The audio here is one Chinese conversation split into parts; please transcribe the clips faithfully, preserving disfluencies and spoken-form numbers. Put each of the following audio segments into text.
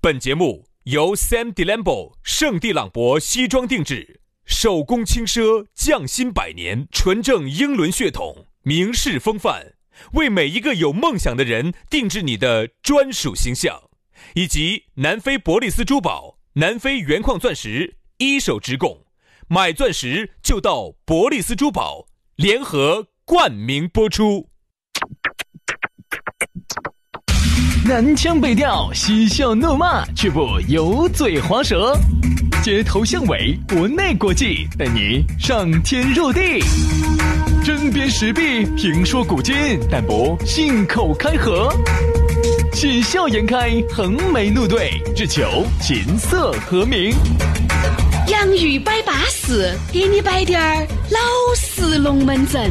本节目由 Sam Delambo 圣地朗博西装定制，手工轻奢，匠心百年，纯正英伦血统，名士风范，为每一个有梦想的人定制你的专属形象。以及南非伯利斯珠宝、南非原矿钻石一手直供，买钻石就到伯利斯珠宝，联合冠名播出。 南腔北调，嬉笑怒骂，却不油嘴滑舌，街头巷尾，国内国际，带你上天入地，针砭时弊，评说古今，但不信口开河，喜笑颜开，横眉怒对，只求琴瑟和鸣。 洋芋摆巴士，给你摆点儿老式龙门阵。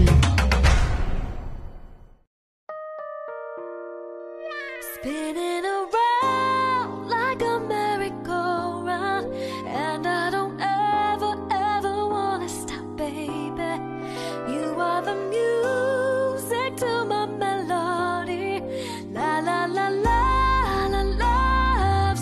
Spinning around like a merry-go-round, and I don't ever, ever wanna stop, baby. You are the music to my melody, la la la la la love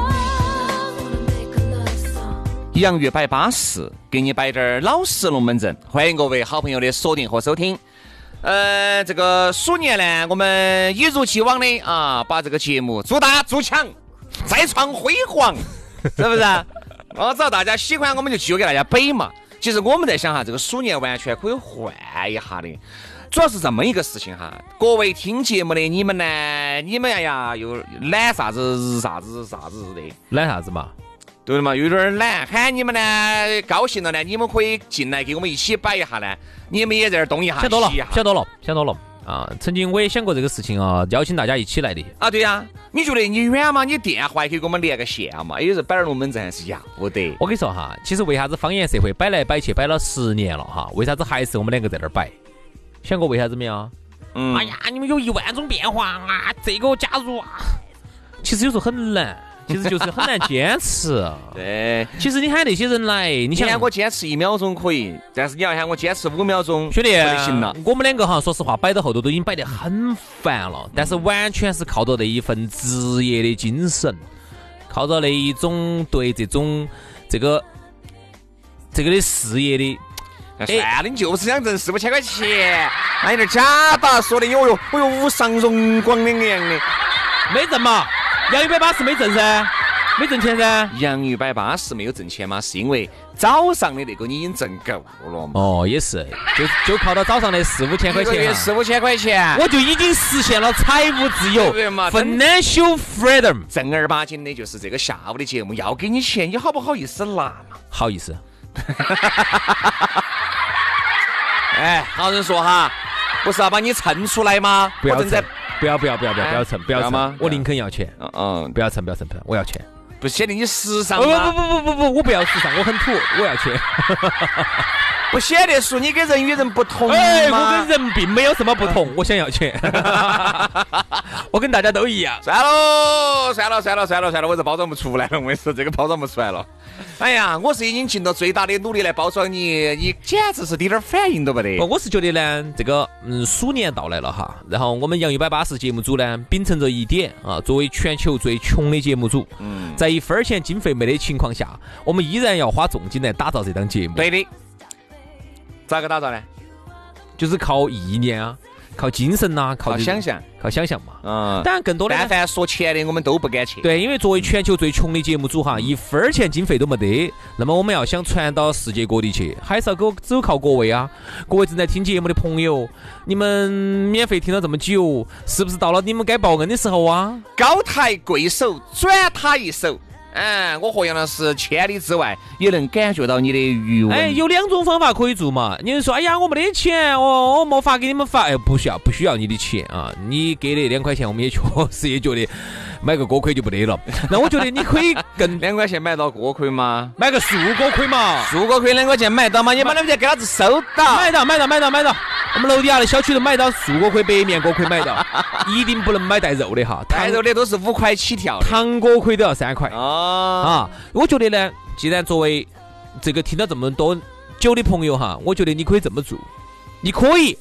song. Make a love song. 洋芋摆巴士，给你摆点老实龙门阵。欢迎各位好朋友的锁定和收听。呃，这个鼠年呢，我们一如既往的啊，把这个节目做大做强，再创辉煌，是不是？哦，只要大家喜欢，我们就继续给大家摆嘛。其实我们在想哈，这个鼠年完全可以换一下的，主要是这么一个事情哈。各位听节目的你们呢，你们呀又懒啥子日啥子啥子的， 懒啥子嘛？ 对了嘛，有点懒，喊你们呢高兴了呢，你们可以进来给我们一起摆一下呢，你们也在这儿动一下， 想多了洗一下， 想多了，想多了啊！曾经我也想过这个事情啊，邀请大家一起来的啊。对呀、啊，你觉得你远吗？你电话也可以给我们连个线嘛，也是摆点龙门阵还是要得。 我跟你说哈，其实为啥子方言社会摆来摆去摆了十年了哈？为啥子还是我们两个在这儿摆？想过为啥子没有？嗯，哎呀，你们有一万种变化啊，这个加入啊，其实有时候很难。其实就是很难坚持。 对， 其实你喊那些人来，你想喊我坚持一秒钟可以，但是你要喊我坚持五秒钟， 兄弟， 不行了。 我们两个哈，说实话，摆到后头都已经摆得很烦了，但是完全是靠着那一份职业的精神，靠着那一种对这种这个这个的事业的。 算了，你就是想挣四五千块钱，那有点假的，说的哟哟，哦哟，无上荣光的样的， 没挣嘛。洋芋摆巴士没挣噻，没挣钱噻。 洋芋摆巴士没有挣钱吗？是因为早上的那个你已经挣够了嘛？ 哦，也是，就就靠到早上的四五千块钱， 四五千块钱， 我就已经实现了财务自由 ，financial freedom。 正儿八经的就是这个下午的节目要给你钱，你好不好意思拿嘛？ 好意思。 哎，好人说哈，不是要把你蹭出来吗？ 不要蹭。不要不要不要不要不要蹭不要蹭！我宁肯要钱， 嗯嗯， 不要蹭不要蹭不要，我要钱。 不显得你时尚吗？ 不不不不不不，我不要时尚，我很土，我要钱。 不显得说你跟人与人不同吗？ 哎，我跟人并没有什么不同，我想要钱。我跟大家都一样。 算了算了算了算了算了，我这包装不出来了，我跟你说这个包装不出来了。哎呀，我是已经尽了最大的努力来包装你，你简直是一点反应都没得。 我是觉得呢，这个嗯鼠年到来了哈，然后我们洋芋摆巴士节目组呢，秉承着一点啊，作为全球最穷的节目组，嗯，在一分钱经费没的情况下，我们依然要花重金来打造这档节目。 对的。咋个打造呢？ 就是靠意念啊，靠精神呐、啊，靠想象， 靠想象嘛。 嗯， 当然更多的， 但凡说钱的，我们都不敢去。 对，因为作为全球最穷的节目组哈，一分钱经费都没得，那么我们要想传到世界各地去，还是要走走靠各位啊。各位正在听节目的朋友，你们免费听了这么久，是不是到了你们该报恩的时候啊？ 高抬贵手，转他一手。嗯，我和杨老师千里之外也能感觉到你的余温。 哎，有两种方法可以做嘛。你说，哎呀，我没得钱，我我没法给你们发。哎，不需要，不需要你的钱啊！你给了两块钱，我们也确实也觉得买个锅盔就不得了。那我觉得你可以跟两块钱买到锅盔吗？ 买个素锅盔嘛， 素锅盔两块钱买到吗？你把两块钱给老子收到， 买到，买到，买到，买到。我们楼底下的小区都买到素锅盔、白面锅盔买到，一定不能买带肉的哈， 带肉的都是五块起跳的， 糖锅盔都要三块哦啊！我觉得呢，既然作为这个听到这么多久的朋友哈，我觉得你可以这么做，你可以啊，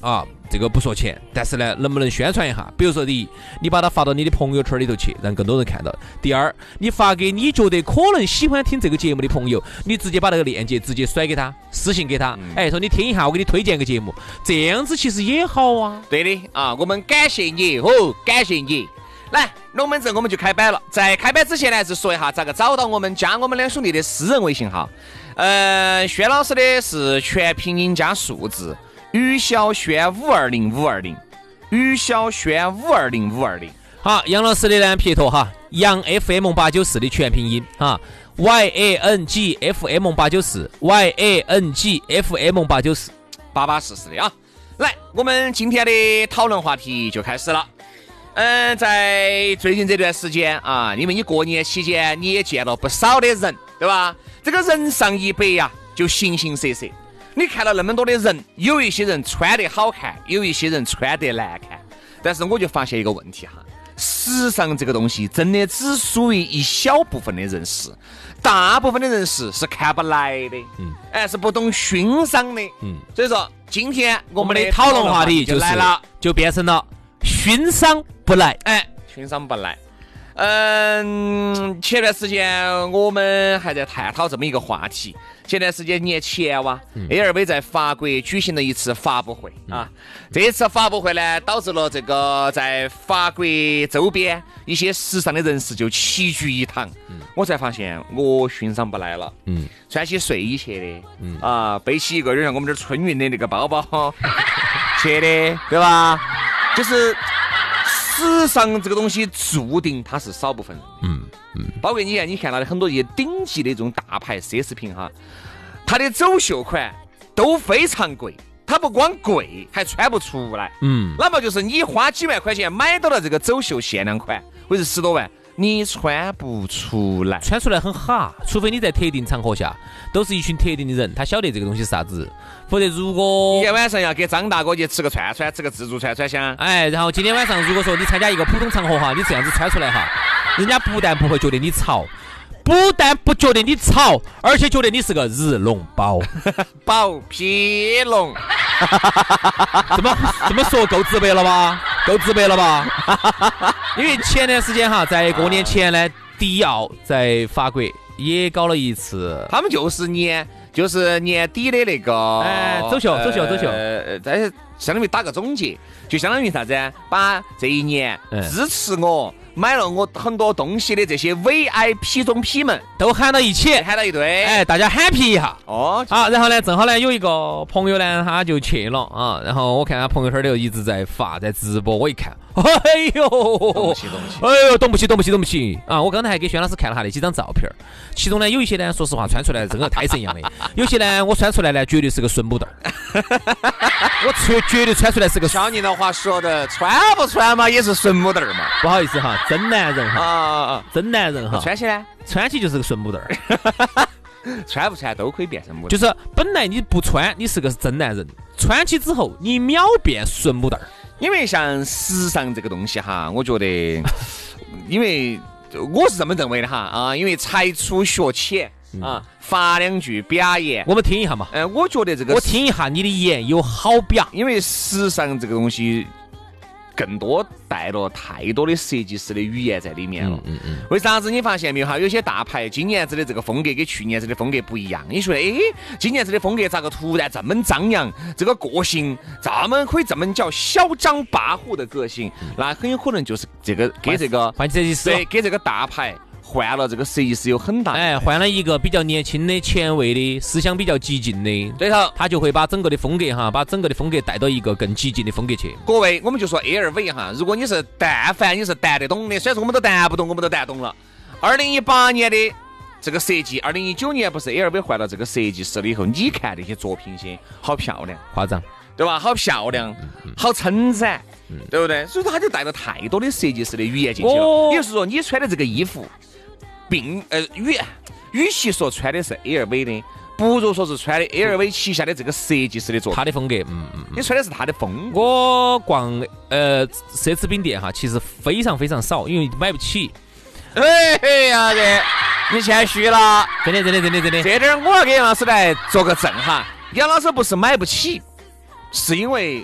这个不说钱，但是呢，能不能宣传一下？比如说，第一，你把它发到你的朋友圈里头去，让更多人看到；第二，你发给你觉得可能喜欢听这个节目的朋友，你直接把那个链接直接甩给他，私信给他，嗯、哎，说你听一下，我给你推荐个节目，这样子其实也好啊。 对的啊，我们感谢你哦，感谢你。来，龙门阵我们就开摆了。在开摆之前呢，是说一下咋个找到我们，加我们两兄弟的私人微信号。呃，轩老师的是全拼音加数字。于小轩五二零五二零，于小轩五二零五二零。 好，杨老师的呢撇头哈，杨 F M 八九四的全拼音哈 ，Y A N G F M 八九四 ，Y A N G F M 八九四， 巴巴适适的啊。来，我们今天的讨论话题就开始了。嗯，在最近这段时间啊，因为你过年期间你也见了不少的人，对吧？这个人上一百呀，就形形色色。你看到那么多的人，有一些人穿得好看，有一些人穿得难看，但是我就发现一个问题哈，时尚这个东西真的只属于一小部分的人士，大部分的人士是看不来的，嗯，哎，是不懂欣赏的，嗯，所以说今天我们的讨论话题就来了， 就变成了欣赏不来， 哎，欣赏不来。嗯，前段时间我们还在探讨这么一个话题。前段时间年前哇、嗯、，A L V 在法国举行了一次发布会、嗯、啊。这次发布会呢，导致了这个在法国周边一些时尚的人士就齐聚一堂。嗯、我才发现我欣赏不来了。嗯，穿起睡衣去的，嗯啊，背起一个就像我们这春运的那个包包去的，对吧？就是。时尚这个东西注定它是少部分人，嗯嗯，包括你看，你看到的很多一些顶级的这种大牌奢侈品哈，它的走秀款都非常贵，它不光贵，还穿不出来，嗯，那么就是你花几万块钱买到了这个走秀限量款，或者十多万，你穿不出来， 穿出来很哈，除非你在特定场合下，都是一群特定的人，他晓得这个东西是啥子，否则如果今天晚上要给张大哥去吃个串串，吃个自助串串香， 哎，然后今天晚上如果说你参加一个普通场合哈，你这样子穿出来哈，人家不但不会觉得你潮，不但不觉得你潮，而且觉得你是个日龙宝宝皮龙， 怎么怎么说够直白了吧？够直白了吧？因为前段时间哈，在过年前呢，迪奥在法国也搞了一次， 他们就是年就是年底的那个哎走秀走秀走秀， 呃，在相当于打个总结，就相当于啥子？把这一年支持我。买了我很多东西的这些 V I P 中 P 们都喊到一起， 喊到一堆， 哎，大家 happy 一下哦。 啊，然后呢，正好呢有一个朋友呢，他就去了啊，然后我看他朋友圈里头一直在发，在直播，我一看，哎呦， 动不起，动不起， 哎呦，动不起，动不起，动不起啊！我刚才还给轩老师看了他那几张照片，其中呢有一些呢，说实话穿出来真的太神一样的，有些呢我穿出来呢绝对是个顺母蛋我绝绝对穿出来是个。 像你的话说的，穿不穿嘛也是顺母蛋嘛。 不好意思哈，真男人哈，啊啊啊，真男人哈， 穿起来， 穿起就是个顺母蛋穿不穿都可以变成母蛋。 就是本来你不穿，你是个真男人，穿起之后你秒变顺母蛋。 因为像时尚这个东西哈，我觉得，因为我是这么认为的哈啊，因为才疏学浅。啊，发两句表演， 我们听一下嘛。 嗯、呃，我觉得这个， 我听一下你的言有好表， 因为时尚这个东西更多带了太多的设计师的语言在里面了。嗯嗯。为啥子你发现没有哈？有些大牌今年子的这个风格跟去年子的风格不一样。你说，哎，今年子的风格咋个突然这么张扬？这个个性咱们可以这么叫嚣张跋扈的个性，嗯、那很有可能就是这个给这个换设计师， 对，给这个大牌。换了这个设计师有很大， 哎，换了一个比较年轻的、前卫的、思想比较激进的， 对头， 他就会把整个的风格哈，把整个的风格带到一个更激进的风格去。 各位，我们就说 A 二 V 哈，如果你是但凡你是谈得懂的，虽然说我们都谈不懂，我们都谈懂了。二零一八年的这个设计，二零一九年不是 A 二 V 换了这个设计师了以后，你看那些作品些好漂亮， 夸张， 对吧？好漂亮，嗯嗯、好称赞。嗯、对不对？所以说他就带了太多的设计师的语言进去了。哦、也就是说，你穿的这个衣服。并呃与与其说穿的是 A 二 V 的，不如说是穿的 A 二 V 旗下的这个设计师的作品， 他的风格，嗯嗯， 你穿的是他的风格。 我逛呃奢侈品店哈，其实非常非常少，因为买不起。 哎嘿呀，这你谦虚了， 真的真的真的真的。 这点我要给杨老师来做个证哈，杨老师不是买不起，是因为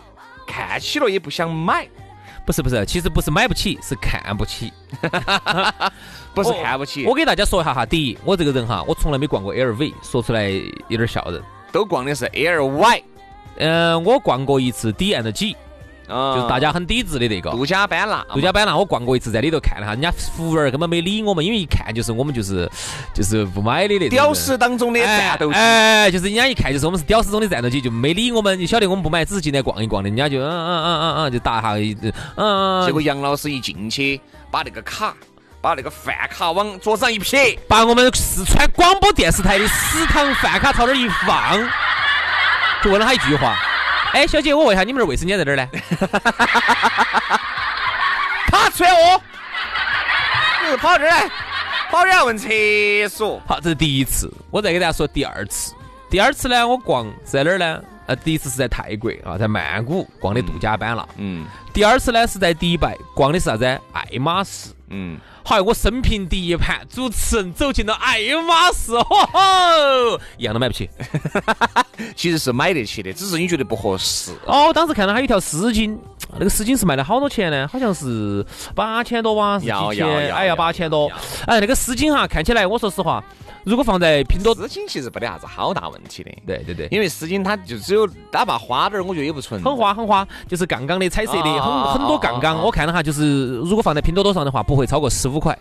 看起了也不想买。 不是不是，其实不是买不起，是看不起。 不是看不起。 我给大家说一下哈，第一，我这个人哈，我从来没逛过 L V， 说出来有点笑人。 都逛的是 L Y。 嗯、呃，我逛过一次 D and G。 嗯、 就是大家很抵制的那个杜家班纳， 杜家班纳我逛过一次，在里头看了哈，人家服务员根本没理我们，因为一看就是我们就是就是不买的那种屌丝当中的战斗机， 哎，哎就是人家一看就是我们是屌丝中的战斗机，就没理我们，就晓得我们不买，只是进来逛一逛的，人家就嗯嗯嗯嗯嗯就打哈一嗯嗯， 结果杨老师一进去，把那个卡，把那个饭卡往桌上一撇， 把我们四川广播电视台的食堂饭卡朝那儿一放，就问了他一句话。哎，小姐，我问一下，你们这卫生间在哪儿呢？ 他穿我，你跑这儿来，跑这儿问厕所。 好，这是第一次。我再给大家说第二次。第二次呢，我逛是在哪儿呢？呃，第一次是在泰国啊，在曼谷逛的杜家班纳。 嗯。第二次呢是在迪拜逛的是啥子？爱马仕。 嗯。 好，我生平第一盘，主持人走进了爱马仕，吼吼，一样都买不起。 其实是买得起的，只是你觉得不合适。 哦，当时看到还有一条丝巾，那个丝巾是卖了好多钱呢？好像是八千多吧，是几千？哎呀，八千多。哎，那个丝巾哈，看起来我说实话，如果放在拼多多， 丝巾其实没得啥子好大问题的。 对对对， 因为丝巾它就只有哪怕花点，我觉得也不纯。 很花很花，就是杠杠的彩色的，很很多杠杠。我看了哈，就是如果放在拼多多上的话，不会超过十五块。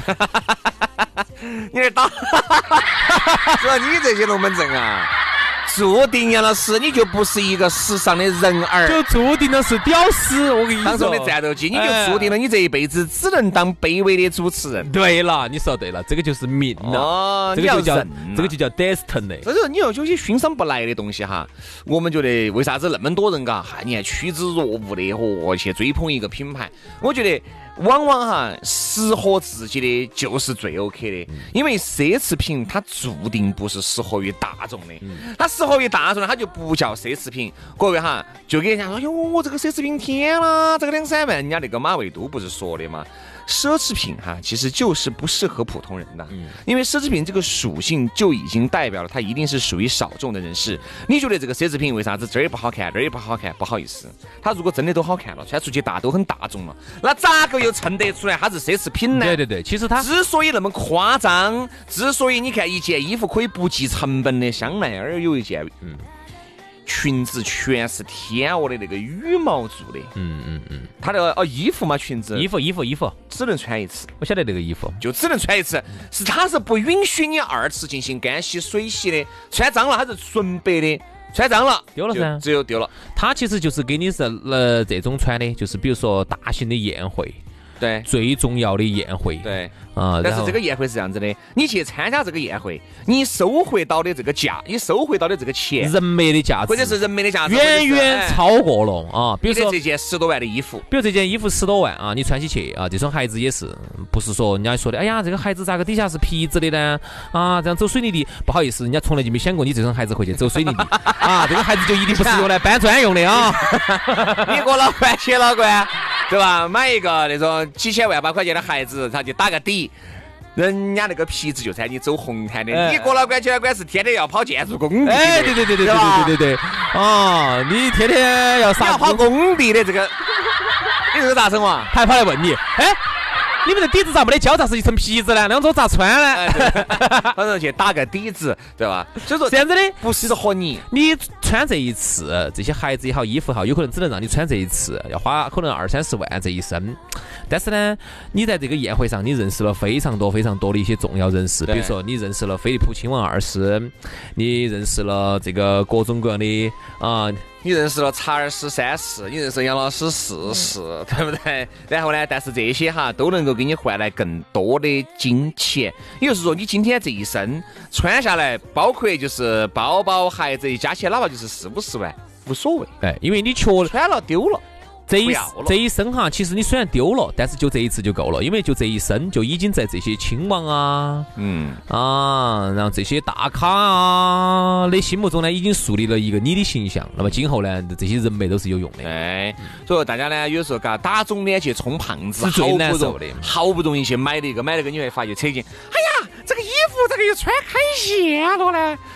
你在打，说你这些龙门阵啊，注定杨老师你就不是一个时尚的人儿， 就注定的是屌丝。我跟你说， 当中的战斗机，你就注定了你这一辈子只能当卑微的主持人。 对了，你说对了，这个就是命了，哦、这个就叫这个就叫 destiny。 所以说，你要有些欣赏不来的东西哈，我们觉得为啥子那么多人嘎，你还趋之若鹜的嚯去追捧一个品牌？我觉得。往往哈适合自己的就是最 OK 的，因为奢侈品它注定不是适合于大众的，它适合于大众的它就不叫奢侈品。各位哈，就给人家说哟，我这个奢侈品天啦，这个两三万，人家那个马未都不是说的嘛。奢侈品哈，其实就是不适合普通人的，嗯、因为奢侈品这个属性就已经代表了它一定是属于少众的人士。你觉得这个奢侈品为啥子这儿也不好看，这儿也不好看？不好意思，它如果真的都好看了，穿出去大都很大众了，那咋个又称得出来它是奢侈品呢？ 对对对，其实它之所以那么夸张，之所以你看一件衣服可以不计成本的，香奈儿有一件，嗯。裙子全是天鹅的那个羽毛做的， 嗯嗯嗯， 它那个哦衣服嘛，裙子， 衣服衣服衣服只能穿一次， 我晓得那个衣服就只能穿一次，是它是不允许你二次进行干洗、水洗的，穿脏了它是纯白的，穿脏了丢了噻， 只有丢了。 它其实就是给你是呃这种穿的，就是比如说大型的宴会。 对， 最重要的宴会， 对啊， 但是这个宴会是这样子的，你去参加这个宴会，你收回到的这个价，你收回到的这个钱， 人脉的价值， 或者是人脉的价值， 远远超过了啊！比如说这件十多万的衣服， 比如这件衣服十多万啊，你穿起去啊，这双鞋子也是，不是说人家说的，哎呀，这个鞋子咋个底下是皮质的呢？啊，这样走水泥地，不好意思，人家从来就没想过你这双鞋子会去走水泥地啊，这个鞋子就一定不是用来搬砖用的啊！ 你给我老倌切老倌。对吧？买一个那种几千万把块钱的鞋子，他就打个底，人家那个皮子就在你走红毯的，哎、你过老倌、老倌是天天要跑建筑工地的， 哎，对对对对对对对对对，啊，你天天要啥？ 要跑工地的这个，你这个咋整哇？ 还跑来问你，哎。你们的底子咋没得胶，咋是一层皮子呢？那种咋穿呢？ 哎、反正去打个底子，对吧？所以说这样子的不适合你。 你穿这一次，这些鞋子也好，衣服也好，有可能只能让你穿这一次，要花可能二三十万这一身。但是呢，你在这个宴会上，你认识了非常多非常多的一些重要人士，比如说你认识了菲利普亲王二世，你认识了这个各种各样的啊。 你认识了查尔斯三世，你认识杨老师四世，嗯、对不对？然后呢，但是这些哈都能够给你换来更多的金钱。也就是说，你今天这一身穿下来，包括就是包包、鞋子加起来，哪怕就是四五十万，无所谓。 哎，因为你确穿了丢了。 这一这一身哈，其实你虽然丢了，但是就这一次就够了，因为就这一身就已经在这些亲王啊， 嗯啊，然后这些大咖啊的心目中呢，已经树立了一个你的形象。那么今后呢，这些人脉都是有用的。 哎，所以大家呢，有时候嘎打肿脸去充胖子， 是最难受的。 好不容易去买了一个，买了个你会发现扯进，哎呀，这个衣服这个又穿开线了呢。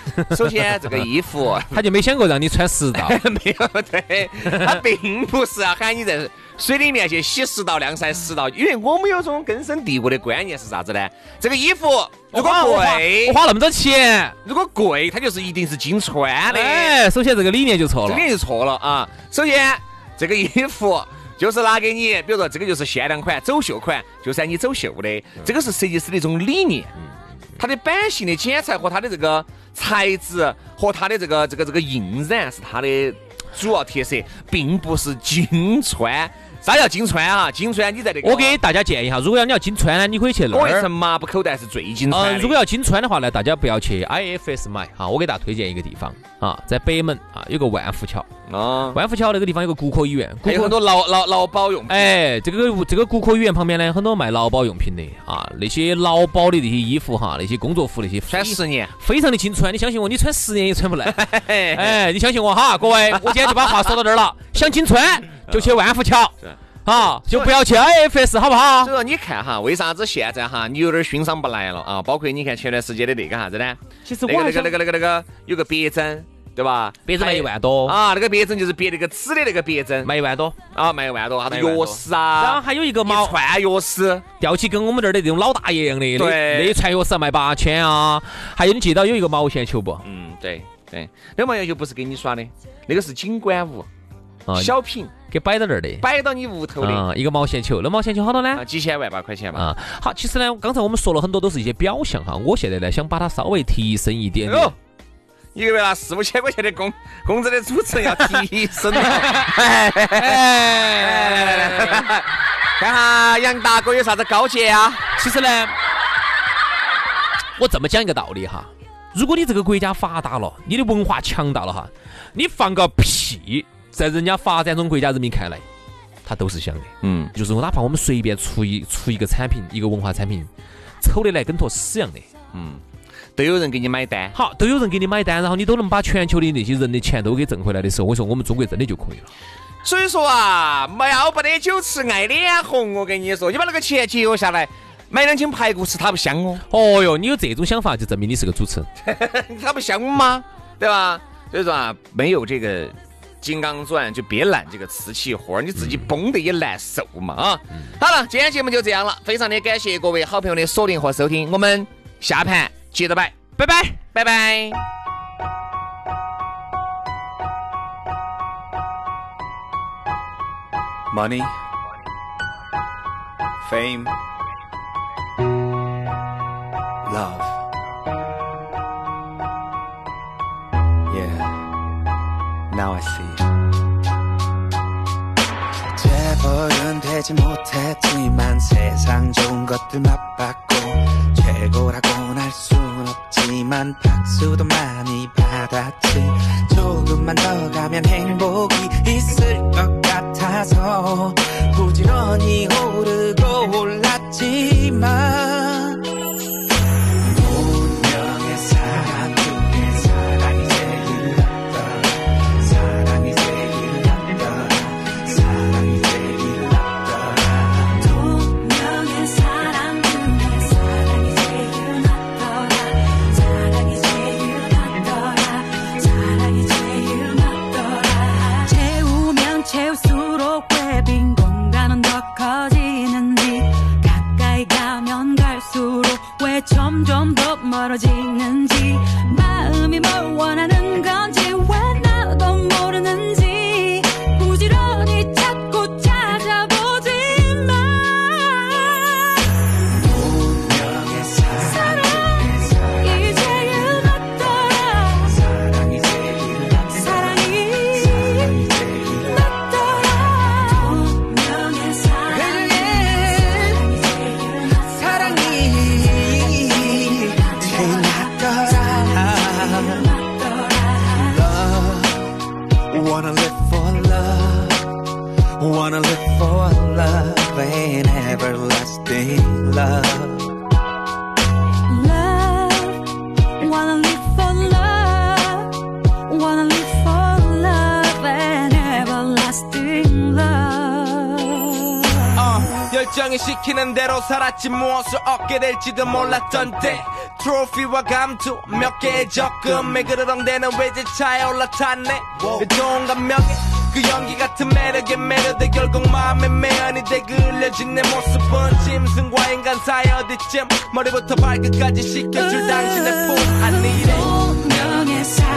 首先这个衣服他就没想过让你穿十道， 没有对，他并不是要喊你在水里面去洗十道、晾晒十道，因为我们有种根深蒂固的观念是啥子呢？这个衣服如果贵， 我花那么多钱， 如果贵，它就是一定是经穿的。 哎，首先这个理念就错了， 这个就错了啊！首先这个衣服。就是拿给你，比如说这个就是限量款、走秀款，就是让你走秀的，这个是设计师的一种理念。它的版型的剪裁和它的这个材质和它的这个这个这个印染是它的主要特色，并不是精穿。啥叫精穿啊？精穿你在那个， 我给大家建议哈，如果要你要精穿呢，你可以去那儿。 我一层麻布口袋是最精穿的。 嗯，如果要精穿的话呢，大家不要去 I F S 买哈，我给大家推荐一个地方啊，在北门啊有个万福桥。哦，万福桥那个地方有个骨科医院， 还有很多劳劳劳保用品。 哎，这个这个骨科医院旁边呢，很多卖劳保用品的啊，那些劳保的那些衣服哈，那些工作服那些穿十年， 非常的精穿。你相信我，你穿十年也穿不烂。哎，你相信我哈，各位，我今天就把话说到这儿了。想精穿就去万福桥。啊，就不要去 I F S 好不好？ 所以说你看哈，为啥子现在哈你有点欣赏不来了啊？包括你看前段时间的那个啥子呢？ 其实我那个那个那个那个那个有个别针，对吧？ 别针卖一万多啊，那个别针就是别那个纸的那个别针， 卖一万多啊，卖一万多，啥子钥匙啊？ 然后还有一个毛串钥匙， 吊起跟我们这儿的这种老大爷一样的， 对， 那串钥匙卖八千啊。还有你记到有一个毛线球不？ 嗯，对对，那毛线球不是给你耍的，那个是景观物。小品给摆到那儿的， 摆到你屋头的、 嗯、一个毛线球，那毛线球好多呢？ 啊、几千万把块钱吧。 啊、嗯，好，其实呢，刚才我们说了很多都是一些表象哈，我现在呢想把它稍微提升一点点。 一个月拿四五千块钱的工工资的主持人要提升了。看下杨大哥有啥子高见啊？ 其实呢，我这么讲一个道理哈，如果你这个国家发达了，你的文化强大了哈，你放个屁。在人家发展中国家人民看来，他都是香的。嗯，就是哪怕我们随便出一出一个产品，一个文化产品，丑的来跟坨屎一样的。嗯， 都有人给你买单。 好，都有人给你买单，然后你都能把全球的那些人的钱都给挣回来的时候，我说我们中国真的就可以了。 所以说啊，没要不得酒吃爱脸红，我跟你说，你把那个钱节约下来，买两斤排骨吃，它不香哦。 哦哟，你有这种想法，就证明你是个主持人。它不香吗？对吧？所以说啊，没有这个。金刚钻就别揽这个瓷器活，你自己绷得也难受嘛啊！嗯、好了，今天节目就这样了，非常的感谢各位好朋友的锁定和收听，我们下盘接着拜，拜拜，拜拜。Money, fame, love. Now I see. 재벌은 되지 못했지만 세상 좋은 것들 맛봤고 최고라고는 할 순 없지만 박수도 많이 받았지. 조금만 더 가면 행복이 있을 것 같아서 부지런히 오르고 올랐지만 운명의 사람 중에 사랑이 제일 낫더라. 사랑이 제일 낫더라. 사랑이 제일 낫더라. 두 명의 사람 중에 사랑이 제일 낫더라. 사랑이 제일 낫더라. 사랑이 제일 낫더라. 채우면 채울수록 왜 빈 공간은 더 커지는지 가까이 가면 갈수록 왜 점점 더 멀어지는지 마음이 뭘 원하는 건지 왜 나도 모르는지 부지런히 찾고 찾아보지만 운명의 사랑이 제일 낫더라. 사랑이 제일 낫더라. 사랑이 낫더라. 운명의 사랑이 사랑이 제일 낫더라. Love, wanna live for love, wanna live for love and everlasting love. love, wanna live for love, wanna live for love and everlasting love. 어, 열정이 시키는 대로 살았지 무엇을 얻게 될지도 몰랐던 때 트로피와 감투 몇 개의 적금 매그러렁대는 외제차에 올라탔네 좋은 감명에 그 연기 같은 매력에 매료돼 결국 마음의 매연이 되그 흘려진 내 모습은 짐승과 인간 사이 어디쯤 머리부터 발끝까지 시켜줄 당신의 품 I need it 운명의 사